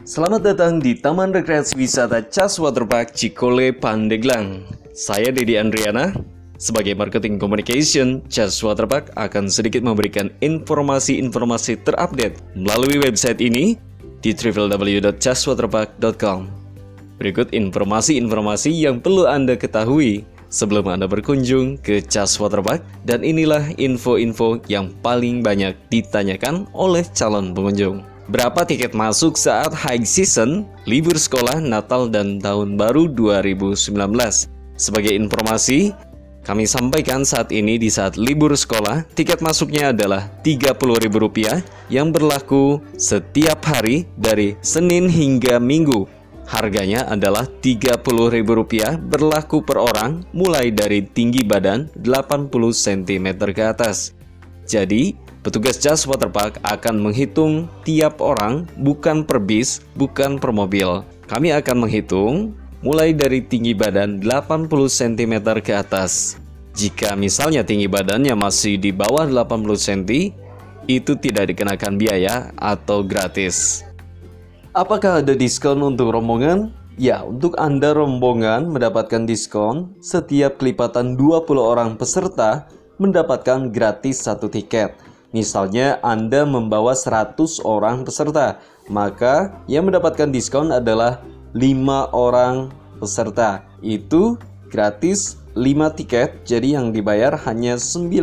Selamat datang di Taman Rekreasi Wisata Cas Waterpark Cikole Pandeglang. Saya Dedi Andriana. Sebagai Marketing Communication, Cas Waterpark akan sedikit memberikan informasi-informasi terupdate melalui website ini di www.caswaterpark.com. Berikut informasi-informasi yang perlu Anda ketahui sebelum Anda berkunjung ke Cas Waterpark, dan inilah info-info yang paling banyak ditanyakan oleh calon pengunjung. Berapa tiket masuk saat high season, libur sekolah, Natal, dan Tahun Baru 2019? Sebagai informasi, kami sampaikan saat ini di saat libur sekolah, tiket masuknya adalah Rp30.000 yang berlaku setiap hari dari Senin hingga Minggu. Harganya adalah Rp30.000 berlaku per orang mulai dari tinggi badan 80 cm ke atas. Jadi, petugas Cas Waterpark akan menghitung tiap orang, bukan per bis, bukan per mobil. Kami akan menghitung mulai dari tinggi badan 80 cm ke atas. Jika misalnya tinggi badannya masih di bawah 80 cm, itu tidak dikenakan biaya atau gratis. Apakah ada diskon untuk rombongan? Ya, untuk Anda rombongan mendapatkan diskon setiap kelipatan 20 orang peserta mendapatkan gratis satu tiket. Misalnya Anda membawa 100 orang peserta, maka yang mendapatkan diskon adalah 5 orang peserta. Itu gratis 5 tiket, jadi yang dibayar hanya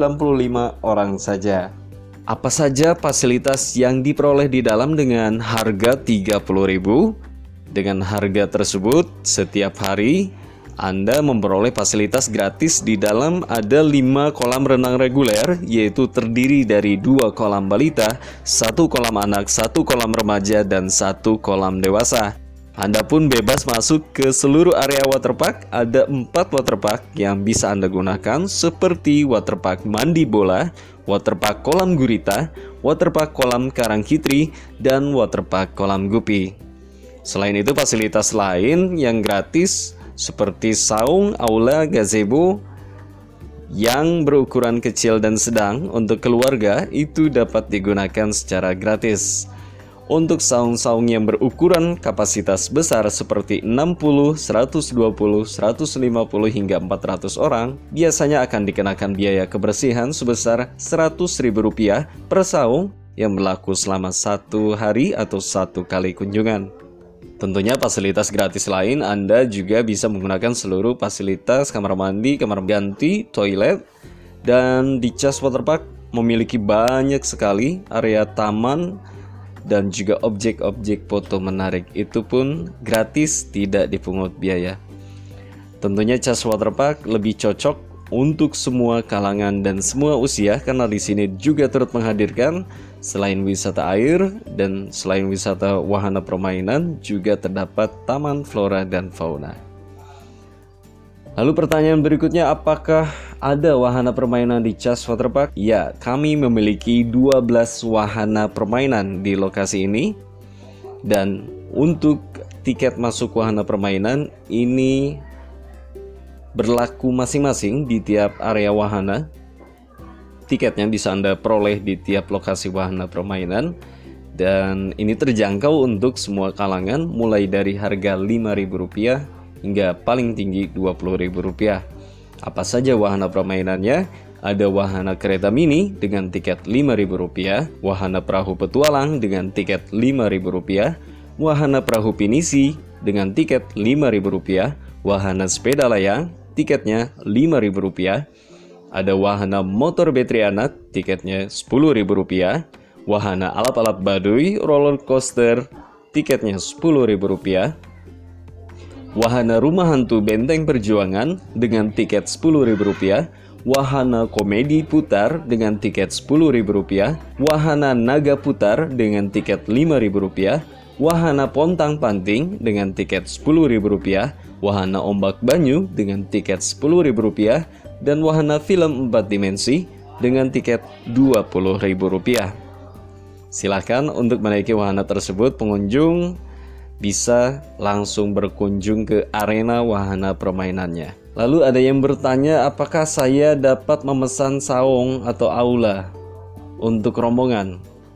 95 orang saja. Apa saja fasilitas yang diperoleh di dalam dengan harga Rp30.000? Dengan harga tersebut, setiap hari Anda memperoleh fasilitas gratis. Di dalam ada 5 kolam renang reguler, yaitu terdiri dari 2 kolam balita, 1 kolam anak, 1 kolam remaja, dan 1 kolam dewasa. Anda pun bebas masuk ke seluruh area waterpark. Ada 4 waterpark yang bisa Anda gunakan, seperti waterpark mandi bola, waterpark kolam gurita, waterpark kolam Karangkitri, dan waterpark kolam gupi. Selain itu, fasilitas lain yang gratis seperti saung, aula, gazebo yang berukuran kecil dan sedang untuk keluarga itu dapat digunakan secara gratis. Untuk saung-saung yang berukuran kapasitas besar seperti 60, 120, 150 hingga 400 orang biasanya akan dikenakan biaya kebersihan sebesar Rp100.000 per saung yang berlaku selama 1 hari atau 1 kali kunjungan. Tentunya fasilitas gratis lain, Anda juga bisa menggunakan seluruh fasilitas kamar mandi, kamar ganti, toilet. Dan di Cas Waterpark memiliki banyak sekali area taman dan juga objek-objek foto menarik. Itu pun gratis, tidak dipungut biaya. Tentunya Cas Waterpark lebih cocok untuk semua kalangan dan semua usia, karena di sini juga turut menghadirkan selain wisata air dan selain wisata wahana permainan, juga terdapat taman flora dan fauna. Lalu pertanyaan berikutnya, apakah ada wahana permainan di Cas Waterpark? Ya, kami memiliki 12 wahana permainan di lokasi ini. Dan untuk tiket masuk wahana permainan ini berlaku masing-masing di tiap area wahana. Tiketnya bisa Anda peroleh di tiap lokasi wahana permainan, dan ini terjangkau untuk semua kalangan mulai dari harga Rp5.000 hingga paling tinggi Rp20.000. Apa saja wahana permainannya? Ada wahana kereta mini dengan tiket Rp5.000, wahana perahu petualang dengan tiket Rp5.000, wahana perahu pinisi dengan tiket Rp5.000, wahana sepeda layang tiketnya Rp5.000, ada wahana motor bateri anak, tiketnya Rp10.000, wahana alap-alap Baduy roller coaster, tiketnya Rp10.000, wahana rumah hantu Benteng Perjuangan dengan tiket Rp10.000, wahana komedi putar dengan tiket Rp10.000, wahana naga putar dengan tiket Rp5.000, wahana pontang panting dengan tiket Rp10.000, wahana ombak banyu dengan tiket Rp10.000, dan wahana film 4 dimensi dengan tiket Rp20.000. Silahkan untuk menaiki wahana tersebut, pengunjung bisa langsung berkunjung ke arena wahana permainannya. Lalu ada yang bertanya, apakah saya dapat memesan saung atau aula untuk rombongan?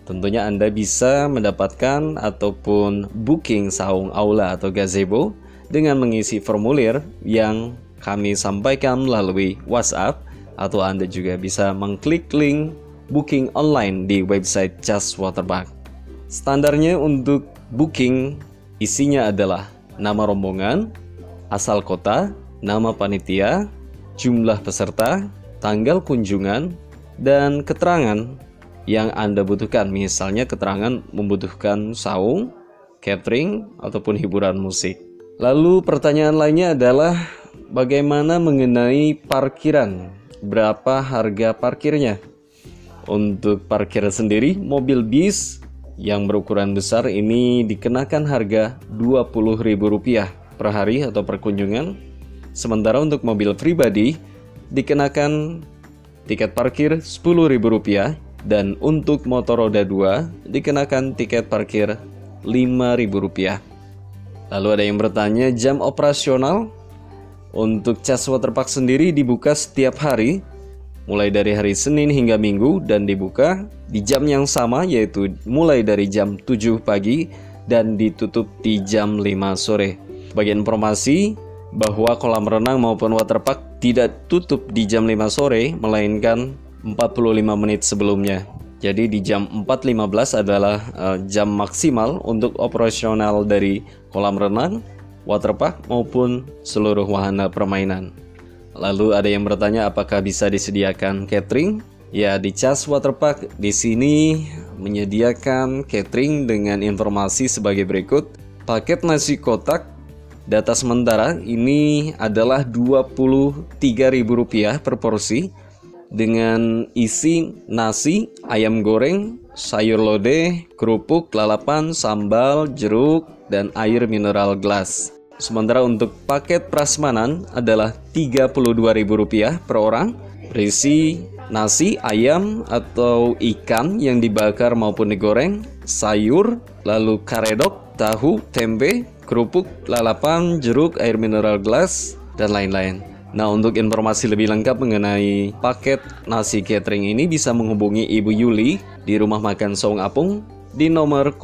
Tentunya Anda bisa mendapatkan ataupun booking saung aula atau gazebo dengan mengisi formulir yang kami sampaikan melalui WhatsApp, atau Anda juga bisa mengklik link booking online di website Just Waterpark. Standarnya untuk booking isinya adalah nama rombongan, asal kota, nama panitia, jumlah peserta, tanggal kunjungan, dan keterangan yang Anda butuhkan. Misalnya keterangan membutuhkan saung, catering, ataupun hiburan musik. Lalu pertanyaan lainnya adalah bagaimana mengenai parkiran? Berapa harga parkirnya? Untuk parkir sendiri, mobil bis yang berukuran besar ini dikenakan harga Rp20.000 per hari atau per kunjungan. Sementara untuk mobil pribadi dikenakan tiket parkir Rp10.000 dan untuk motor roda 2 dikenakan tiket parkir Rp5.000. Lalu ada yang bertanya jam operasional. Untuk Just Waterpark sendiri dibuka setiap hari, mulai dari hari Senin hingga Minggu, dan dibuka di jam yang sama, yaitu mulai dari jam 7 pagi dan ditutup di jam 5 sore. Bagi informasi bahwa kolam renang maupun waterpark tidak tutup di jam 5 sore, melainkan 45 menit sebelumnya. Jadi di jam 4.15 adalah jam maksimal untuk operasional dari kolam renang, waterpark maupun seluruh wahana permainan. Lalu ada yang bertanya apakah bisa disediakan catering? Ya, di Just Waterpark di sini menyediakan catering dengan informasi sebagai berikut. Paket nasi kotak data sementara ini adalah Rp23.000 per porsi dengan isi nasi, ayam goreng, sayur lodeh, kerupuk, lalapan, sambal, jeruk, dan air mineral gelas. Sementara untuk paket prasmanan adalah Rp32.000 per orang, berisi nasi, ayam atau ikan yang dibakar maupun digoreng, sayur, lalu karedok, tahu, tempe, kerupuk, lalapan, jeruk, air mineral gelas, dan lain-lain. Nah, untuk informasi lebih lengkap mengenai paket nasi catering ini bisa menghubungi Ibu Yuli di Rumah Makan Saung Apung di nomor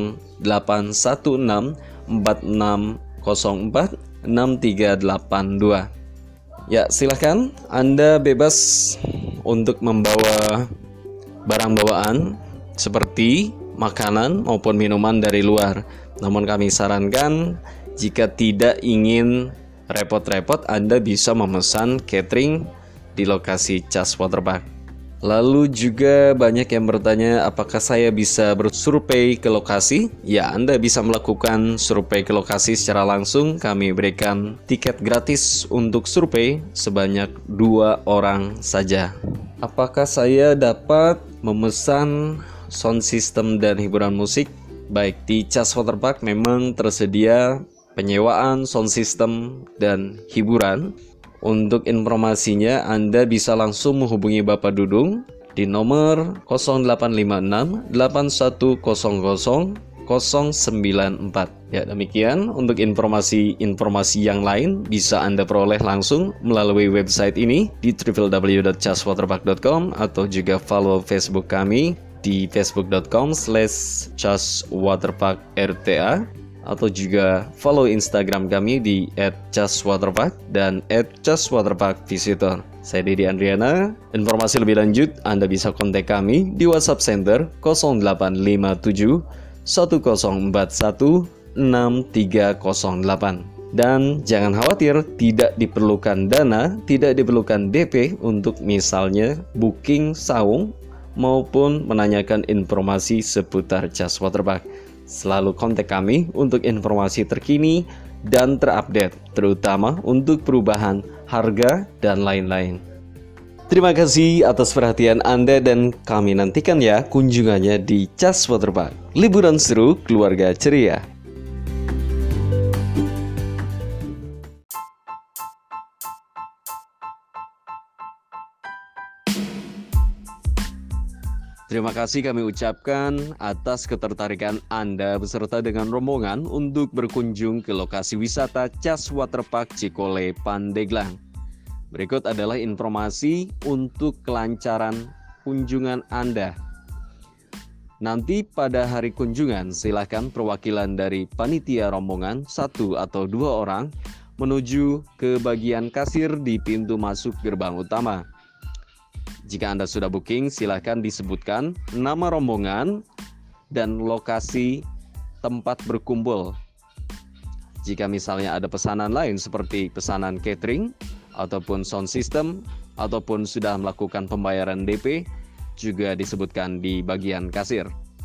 081646046382. Ya, silahkan Anda bebas untuk membawa barang bawaan seperti makanan maupun minuman dari luar. Namun kami sarankan jika tidak ingin repot-repot, Anda bisa memesan catering di lokasi Just Waterpark. Lalu juga banyak yang bertanya apakah saya bisa bersurvei ke lokasi? Ya, Anda bisa melakukan survei ke lokasi secara langsung. Kami berikan tiket gratis untuk survei sebanyak 2 orang saja. Apakah saya dapat memesan sound system dan hiburan musik? Baik, di Just Waterpark memang tersedia penyewaan sound system dan hiburan. Untuk informasinya Anda bisa langsung menghubungi Bapak Dudung di nomor 0856 8100 094. Ya, demikian untuk informasi yang lain bisa Anda peroleh langsung melalui website ini di www.justwaterpark.com atau juga follow Facebook kami di facebook.com/justwaterparkrta atau juga follow Instagram kami di @justwaterpark dan @justwaterparkvisitor. Saya Dedi Andriana. Informasi lebih lanjut Anda bisa kontak kami di WhatsApp Center 0857 1041 6308. Dan jangan khawatir, tidak diperlukan dana, tidak diperlukan DP untuk misalnya booking saung maupun menanyakan informasi seputar Just Waterpark. Selalu kontak kami untuk informasi terkini dan terupdate, terutama untuk perubahan harga dan lain-lain. Terima kasih atas perhatian Anda dan kami nantikan ya kunjungannya di Just Waterpark. Liburan seru, keluarga ceria. Terima kasih kami ucapkan atas ketertarikan Anda beserta dengan rombongan untuk berkunjung ke lokasi wisata Just Waterpark Cikole, Pandeglang. Berikut adalah informasi untuk kelancaran kunjungan Anda. Nanti pada hari kunjungan silakan perwakilan dari panitia rombongan 1 atau 2 orang menuju ke bagian kasir di pintu masuk gerbang utama. Jika Anda sudah booking, silakan disebutkan nama rombongan dan lokasi tempat berkumpul. Jika misalnya ada pesanan lain seperti pesanan catering ataupun sound system ataupun sudah melakukan pembayaran DP, juga disebutkan di bagian kasir.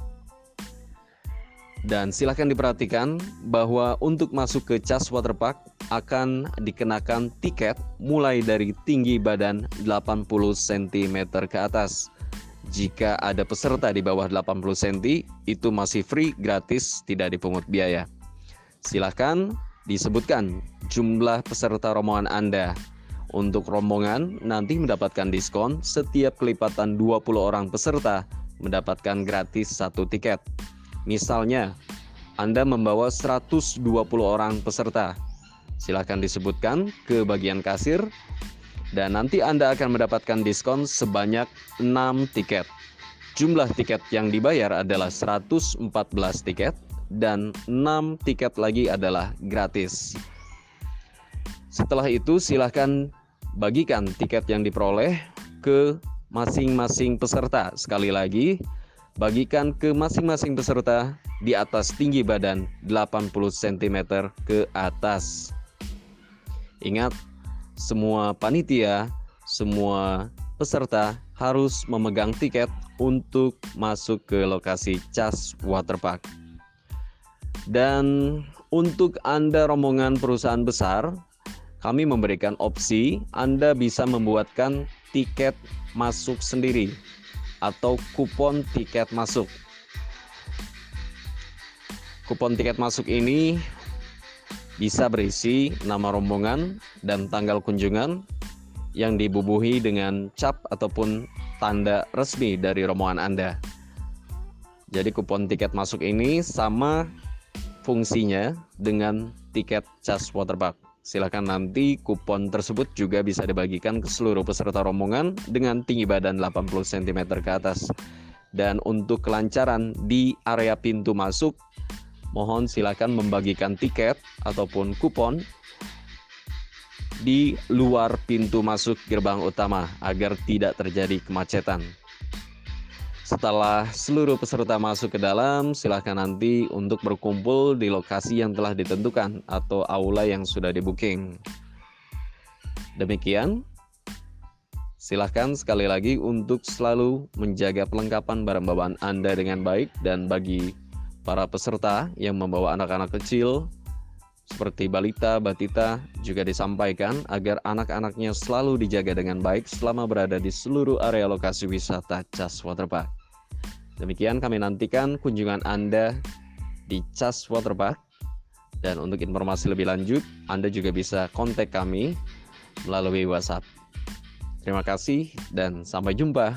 Dan silakan diperhatikan bahwa untuk masuk ke CHAS Waterpark akan dikenakan tiket mulai dari tinggi badan 80 cm ke atas. Jika ada peserta di bawah 80 cm, itu masih free, gratis, tidak dipungut biaya. Silakan disebutkan jumlah peserta rombongan Anda. Untuk rombongan nanti mendapatkan diskon setiap kelipatan 20 orang peserta mendapatkan gratis 1 tiket. Misalnya, Anda membawa 120 orang peserta. Silakan disebutkan ke bagian kasir dan nanti Anda akan mendapatkan diskon sebanyak 6 tiket. Jumlah tiket yang dibayar adalah 114 tiket dan 6 tiket lagi adalah gratis. Setelah itu silakan bagikan tiket yang diperoleh ke masing-masing peserta. Sekali lagi, bagikan ke masing-masing peserta di atas tinggi badan 80 cm ke atas. Ingat, semua panitia, semua peserta harus memegang tiket untuk masuk ke lokasi CHAS Waterpark. Dan untuk Anda rombongan perusahaan besar, kami memberikan opsi Anda bisa membuatkan tiket masuk sendiri atau kupon tiket masuk. Kupon tiket masuk ini bisa berisi nama rombongan dan tanggal kunjungan yang dibubuhi dengan cap ataupun tanda resmi dari rombongan Anda. Jadi kupon tiket masuk ini sama fungsinya dengan tiket CHAS Waterpark. Silakan nanti kupon tersebut juga bisa dibagikan ke seluruh peserta rombongan dengan tinggi badan 80 cm ke atas. Dan untuk kelancaran di area pintu masuk, mohon silakan membagikan tiket ataupun kupon di luar pintu masuk gerbang utama agar tidak terjadi kemacetan. Setelah seluruh peserta masuk ke dalam, silakan nanti untuk berkumpul di lokasi yang telah ditentukan atau aula yang sudah di-booking. Demikian, silakan sekali lagi untuk selalu menjaga pelengkapan barang bawaan Anda dengan baik, dan bagi para peserta yang membawa anak-anak kecil seperti balita, batita juga disampaikan agar anak-anaknya selalu dijaga dengan baik selama berada di seluruh area lokasi wisata CHAS Waterpark. Demikian kami nantikan kunjungan Anda di CHAS Waterpark. Dan untuk informasi lebih lanjut, Anda juga bisa kontak kami melalui WhatsApp. Terima kasih dan sampai jumpa.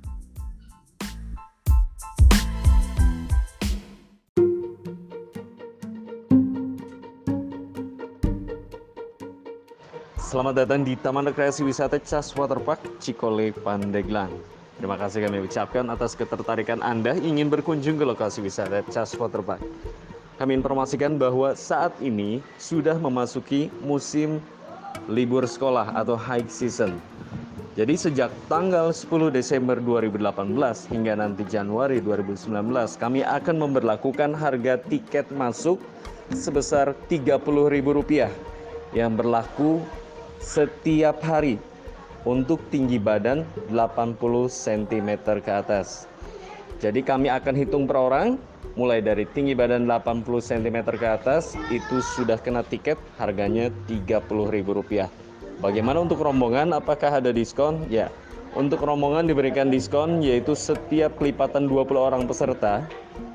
Selamat datang di Taman Rekreasi Wisata CHAS Waterpark Cikole, Pandeglang. Terima kasih kami ucapkan atas ketertarikan Anda ingin berkunjung ke lokasi wisata CHAS Waterpark. Kami informasikan bahwa saat ini sudah memasuki musim libur sekolah atau high season. Jadi sejak tanggal 10 Desember 2018 hingga nanti Januari 2019, kami akan memberlakukan harga tiket masuk sebesar Rp30.000 yang berlaku setiap hari untuk tinggi badan 80 cm ke atas. Jadi kami akan hitung per orang, mulai dari tinggi badan 80 cm ke atas, itu sudah kena tiket, harganya Rp30.000. Bagaimana untuk rombongan, apakah ada diskon? Ya, untuk rombongan diberikan diskon, yaitu setiap kelipatan 20 orang peserta,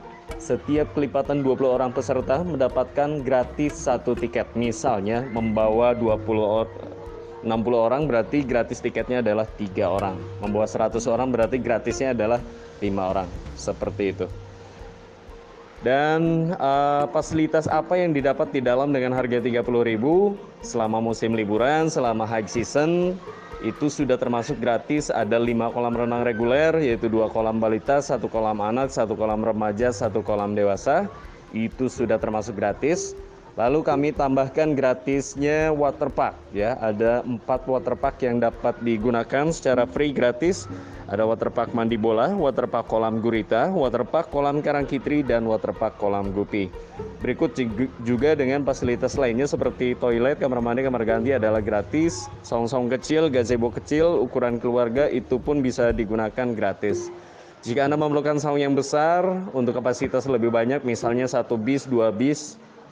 mendapatkan gratis 1 tiket. Misalnya membawa 60 orang berarti gratis tiketnya adalah 3 orang. Membawa 100 orang berarti gratisnya adalah 5 orang. Seperti itu. Dan fasilitas apa yang didapat di dalam dengan harga 30.000 selama musim liburan, selama high season, itu sudah termasuk gratis. Ada 5 kolam renang reguler, yaitu 2 kolam balita, 1 kolam anak, 1 kolam remaja, 1 kolam dewasa. Itu sudah termasuk gratis. Lalu kami tambahkan gratisnya waterpark ya. Ada 4 waterpark yang dapat digunakan secara free gratis. Ada waterpark mandi bola, waterpark kolam gurita, waterpark kolam karangkitri, dan waterpark kolam gupi. Berikut juga dengan fasilitas lainnya seperti toilet, kamar mandi, kamar ganti adalah gratis. Saung-saung kecil, gazebo kecil, ukuran keluarga itu pun bisa digunakan gratis. Jika Anda memerlukan saung yang besar untuk kapasitas lebih banyak, misalnya 1 bis, 2 bis,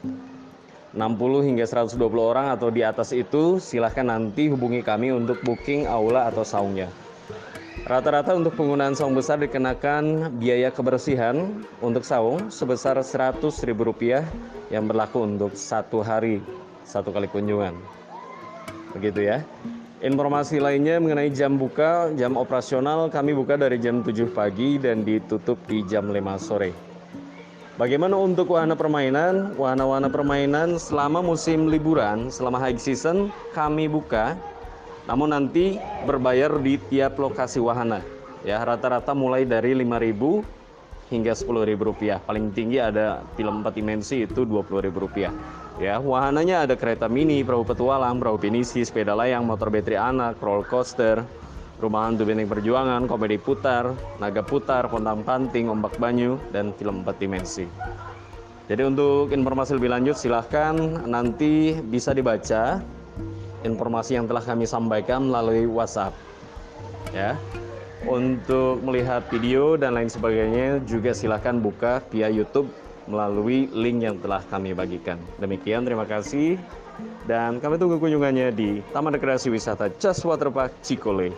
60 hingga 120 orang atau di atas itu, silahkan nanti hubungi kami untuk booking aula atau saungnya. Rata-rata untuk penggunaan saung besar dikenakan biaya kebersihan untuk saung sebesar Rp100.000 yang berlaku untuk 1 hari, 1 kali kunjungan. Begitu ya. Informasi lainnya mengenai jam buka, jam operasional, kami buka dari jam 7 pagi dan ditutup di jam 5 sore. Bagaimana untuk wahana permainan? Wahana-wahana permainan selama musim liburan, selama high season, kami buka. Namun nanti berbayar di tiap lokasi wahana. Ya, rata-rata mulai dari Rp5.000 hingga Rp10.000. Paling tinggi ada film 4 dimensi itu Rp20.000. Ya, wahananya ada kereta mini, perahu petualang, perahu pinisi, sepeda layang, motor bateri anak, roller coaster, rumah hantu benteng perjuangan, komedi putar, naga putar, pontang panting, ombak banyu, dan film 4 dimensi. Jadi untuk informasi lebih lanjut silahkan nanti bisa dibaca informasi yang telah kami sampaikan melalui WhatsApp. Ya. Untuk melihat video dan lain sebagainya juga silahkan buka via YouTube melalui link yang telah kami bagikan. Demikian, terima kasih. Dan kami tunggu kunjungannya di Taman Rekreasi Wisata Cas Waterpark Cikole.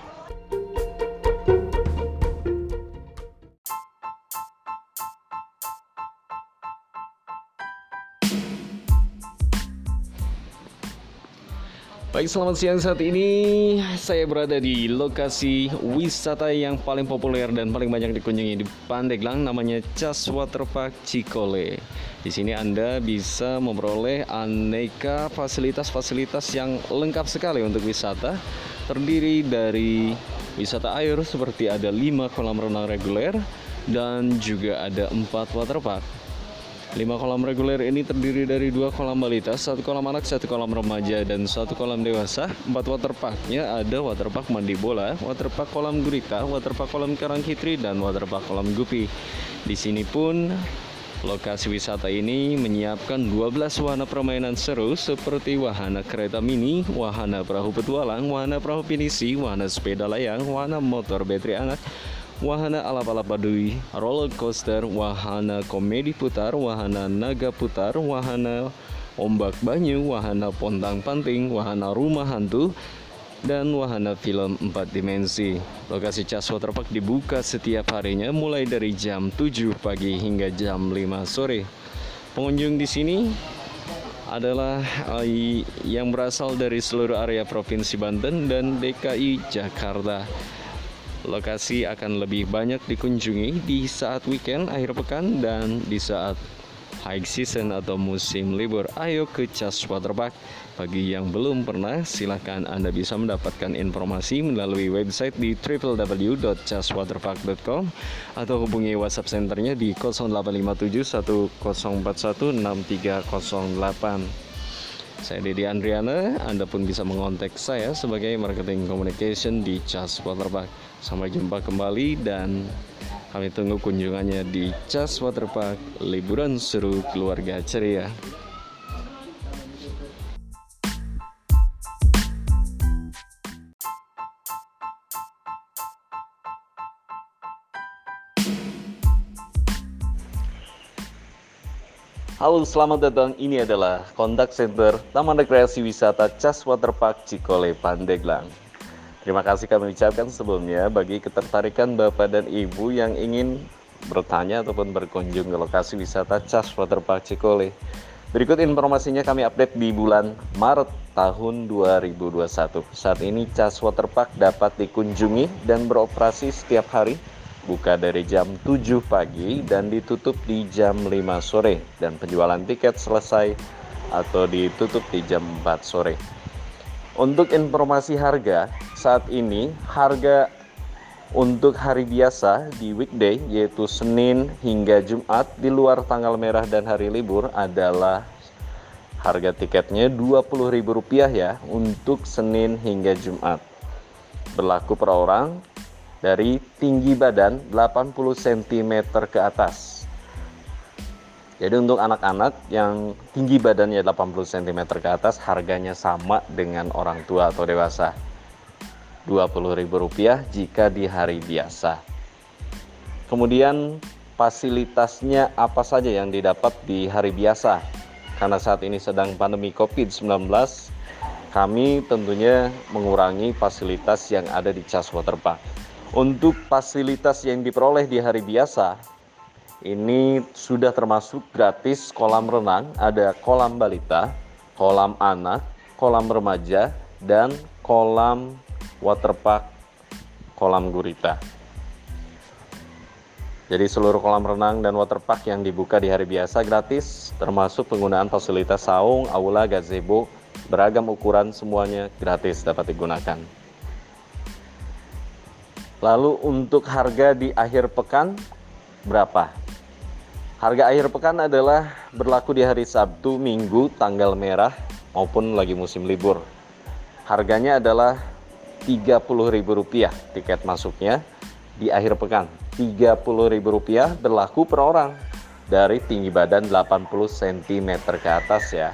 Baik, selamat siang. Saat ini saya berada di lokasi wisata yang paling populer dan paling banyak dikunjungi di Pandeglang, namanya Cas Waterpark Cikole. Di sini Anda bisa memperoleh aneka fasilitas-fasilitas yang lengkap sekali untuk wisata. Terdiri dari wisata air seperti ada 5 kolam renang reguler dan juga ada 4 waterpark. 5 kolam reguler ini terdiri dari 2 kolam balita, 1 kolam anak, 1 kolam remaja, dan 1 kolam dewasa. 4 waterparknya ada waterpark mandi bola, waterpark kolam gurita, waterpark kolam karangkitri, dan waterpark kolam gupi. Di sini pun lokasi wisata ini menyiapkan 12 wahana permainan seru seperti wahana kereta mini, wahana perahu petualang, wahana perahu pinisi, wahana sepeda layang, wahana motor bateri anak, wahana alap-alap baduy, roller coaster, wahana komedi putar, wahana naga putar, wahana ombak banyu, wahana pontang panting, wahana rumah hantu, dan wahana film 4 dimensi. Lokasi Cas Waterpark dibuka setiap harinya mulai dari jam 7 pagi hingga jam 5 sore. Pengunjung di sini adalah yang berasal dari seluruh area Provinsi Banten dan DKI Jakarta. Lokasi akan lebih banyak dikunjungi di saat weekend, akhir pekan, dan di saat high season atau musim libur. Ayo ke Cas Waterpark. Bagi yang belum pernah, silahkan Anda bisa mendapatkan informasi melalui website di www.caswaterpark.com atau hubungi WhatsApp centernya di 0857 1041 6308. Saya Dedi Andriana. Anda pun bisa mengontak saya sebagai marketing communication di Cas Waterpark. Sampai jumpa kembali dan kami tunggu kunjungannya di Cas Waterpark. Liburan seru, keluarga ceria. Halo, selamat datang. Ini adalah kontak center Taman Rekreasi Wisata Cas Waterpark Cikole, Pandeglang. Terima kasih kami ucapkan sebelumnya bagi ketertarikan Bapak dan Ibu yang ingin bertanya ataupun berkunjung ke lokasi wisata Cas Waterpark Cikole. Berikut informasinya kami update di bulan Maret tahun 2021. Saat ini Cas Waterpark dapat dikunjungi dan beroperasi setiap hari buka dari jam 7 pagi dan ditutup di jam 5 sore, dan penjualan tiket selesai atau ditutup di jam 4 sore. Untuk informasi harga, saat ini harga untuk hari biasa di weekday, yaitu Senin hingga Jumat di luar tanggal merah dan hari libur, adalah harga tiketnya Rp20.000 ya untuk Senin hingga Jumat. Berlaku per orang dari tinggi badan 80 cm ke atas. Jadi untuk anak-anak yang tinggi badannya 80 cm ke atas, harganya sama dengan orang tua atau dewasa. Rp20.000 jika di hari biasa. Kemudian fasilitasnya apa saja yang didapat di hari biasa? Karena saat ini sedang pandemi COVID-19, kami tentunya mengurangi fasilitas yang ada di CAS Waterpark. Untuk fasilitas yang diperoleh di hari biasa, ini sudah termasuk gratis kolam renang, ada kolam balita, kolam anak, kolam remaja, dan kolam waterpark, kolam gurita. Jadi seluruh kolam renang dan waterpark yang dibuka di hari biasa gratis, termasuk penggunaan fasilitas saung, aula, gazebo, beragam ukuran, semuanya gratis dapat digunakan. Lalu untuk harga di akhir pekan berapa? Harga akhir pekan adalah berlaku di hari Sabtu, Minggu, tanggal merah maupun lagi musim libur. Harganya adalah Rp30.000 tiket masuknya di akhir pekan. Rp30.000 berlaku per orang dari tinggi badan 80 cm ke atas ya.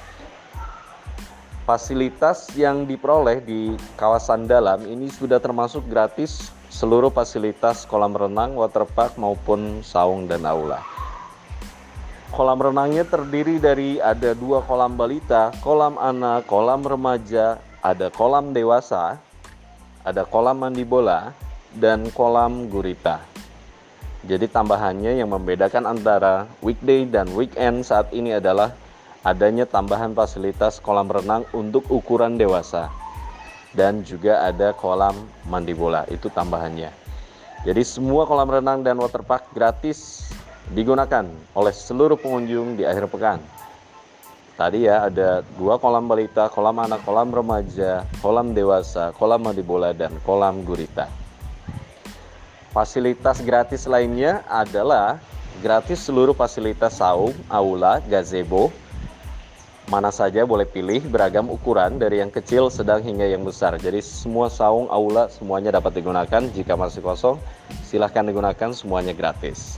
Fasilitas yang diperoleh di kawasan dalam ini sudah termasuk gratis seluruh fasilitas kolam renang, waterpark maupun saung dan aula. Kolam renangnya terdiri dari ada 2 kolam balita, kolam anak, kolam remaja, ada kolam dewasa, ada kolam mandi bola, dan kolam gurita. Jadi tambahannya yang membedakan antara weekday dan weekend saat ini adalah adanya tambahan fasilitas kolam renang untuk ukuran dewasa. Dan juga ada kolam mandi bola, itu tambahannya. Jadi semua kolam renang dan waterpark gratis digunakan oleh seluruh pengunjung di akhir pekan. Tadi ya ada 2 kolam balita, kolam anak, kolam remaja, kolam dewasa, kolam mandi bola, dan kolam gurita. Fasilitas gratis lainnya adalah gratis seluruh fasilitas saung, aula, gazebo. Mana saja boleh pilih, beragam ukuran dari yang kecil, sedang hingga yang besar. Jadi semua saung, aula semuanya dapat digunakan. Jika masih kosong, silahkan digunakan, semuanya gratis.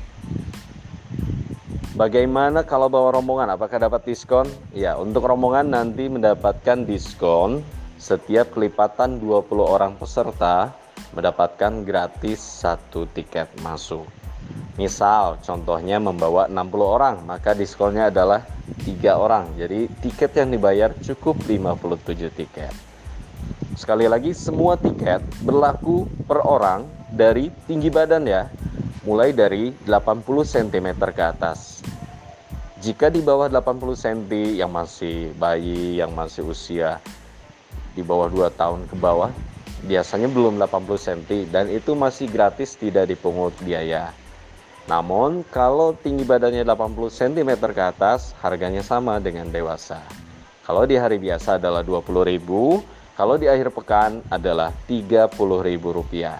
Bagaimana kalau bawa rombongan? Apakah dapat diskon? Ya, untuk rombongan nanti mendapatkan diskon setiap kelipatan 20 orang peserta mendapatkan gratis 1 tiket masuk. Misal contohnya membawa 60 orang, maka diskonnya adalah 3 orang. Jadi tiket yang dibayar cukup 57 tiket. Sekali lagi, semua tiket berlaku per orang dari tinggi badan ya, mulai dari 80 cm ke atas. Jika di bawah 80 cm yang masih bayi, yang masih usia di bawah 2 tahun ke bawah, biasanya belum 80 cm dan itu masih gratis, tidak dipungut biaya. Namun kalau tinggi badannya 80 cm ke atas, harganya sama dengan dewasa. Kalau di hari biasa adalah Rp20.000, kalau di akhir pekan adalah Rp30.000.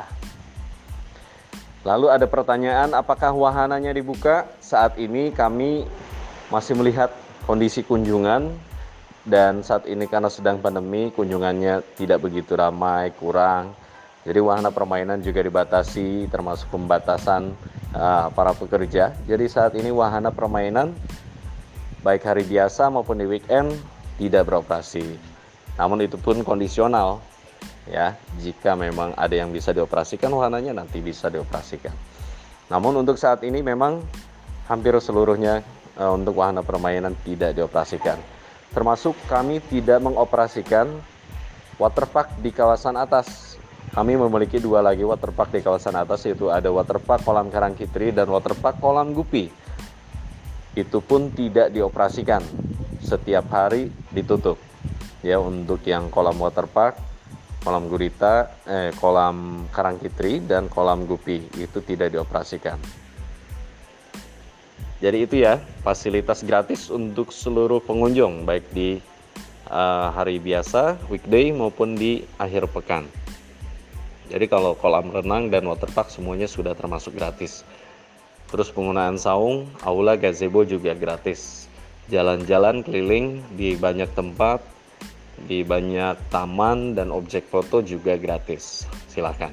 Lalu ada pertanyaan, apakah wahananya dibuka? Saat ini kami masih melihat kondisi kunjungan, dan saat ini karena sedang pandemi, kunjungannya tidak begitu ramai, kurang. Jadi wahana permainan juga dibatasi, termasuk pembatasan para pekerja. Jadi saat ini wahana permainan baik hari biasa maupun di weekend tidak beroperasi. Namun itu pun kondisional ya. Jika memang ada yang bisa dioperasikan wahananya, nanti bisa dioperasikan. Namun untuk saat ini memang hampir seluruhnya untuk wahana permainan tidak dioperasikan. Termasuk kami tidak mengoperasikan waterpark di kawasan atas. Kami memiliki 2 lagi waterpark di kawasan atas, yaitu ada waterpark kolam Karangkitri dan waterpark kolam Gupi. Itu pun tidak dioperasikan, setiap hari ditutup. Ya, untuk yang kolam waterpark kolam gurita, kolam Karangkitri dan kolam Gupi itu tidak dioperasikan. Jadi itu ya, fasilitas gratis untuk seluruh pengunjung baik di hari biasa, weekday maupun di akhir pekan. Jadi kalau kolam renang dan waterpark semuanya sudah termasuk gratis. Terus penggunaan saung, aula, gazebo juga gratis. Jalan-jalan keliling di banyak tempat, di banyak taman dan objek foto juga gratis. Silakan.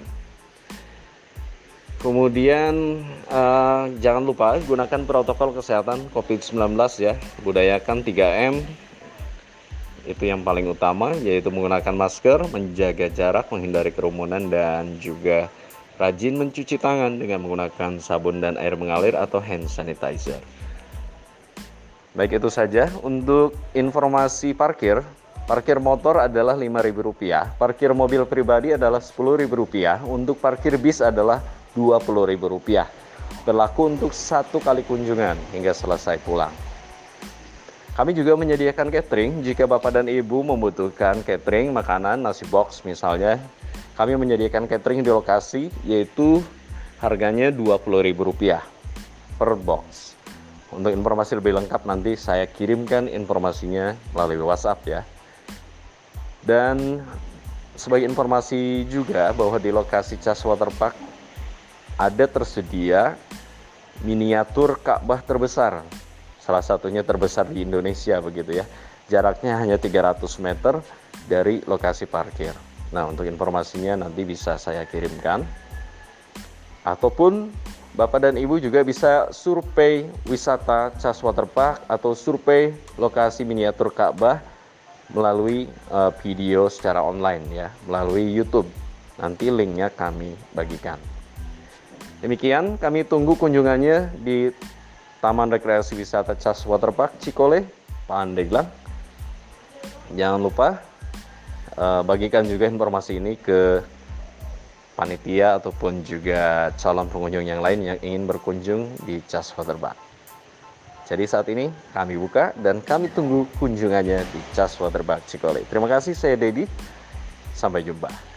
Kemudian jangan lupa gunakan protokol kesehatan COVID-19 ya. Budayakan 3M. Itu yang paling utama, yaitu menggunakan masker, menjaga jarak, menghindari kerumunan, dan juga rajin mencuci tangan dengan menggunakan sabun dan air mengalir atau hand sanitizer. Baik, itu saja untuk informasi parkir. Parkir motor adalah Rp5.000, parkir mobil pribadi adalah Rp10.000, untuk parkir bis adalah Rp20.000. Berlaku untuk 1 kali kunjungan hingga selesai pulang. Kami juga menyediakan catering jika Bapak dan Ibu membutuhkan catering, makanan, nasi box misalnya. Kami menyediakan catering di lokasi, yaitu harganya Rp20.000 per box. Untuk informasi lebih lengkap nanti saya kirimkan informasinya melalui WhatsApp ya. Dan sebagai informasi juga bahwa di lokasi Cas Waterpark ada tersedia miniatur Ka'bah terbesar. Salah satunya terbesar di Indonesia begitu ya. Jaraknya hanya 300 meter dari lokasi parkir. Nah, untuk informasinya nanti bisa saya kirimkan. Ataupun Bapak dan Ibu juga bisa survei wisata Cas Waterpark atau survei lokasi miniatur Ka'bah melalui video secara online ya, melalui YouTube. Nanti linknya kami bagikan. Demikian, kami tunggu kunjungannya di Taman Rekreasi Wisata Cas Waterpark Cikole, Pandeglang. Jangan lupa bagikan juga informasi ini ke panitia ataupun juga calon pengunjung yang lain yang ingin berkunjung di Cas Waterpark. Jadi saat ini kami buka dan kami tunggu kunjungannya di Cas Waterpark Cikole. Terima kasih, saya Dedi. Sampai jumpa.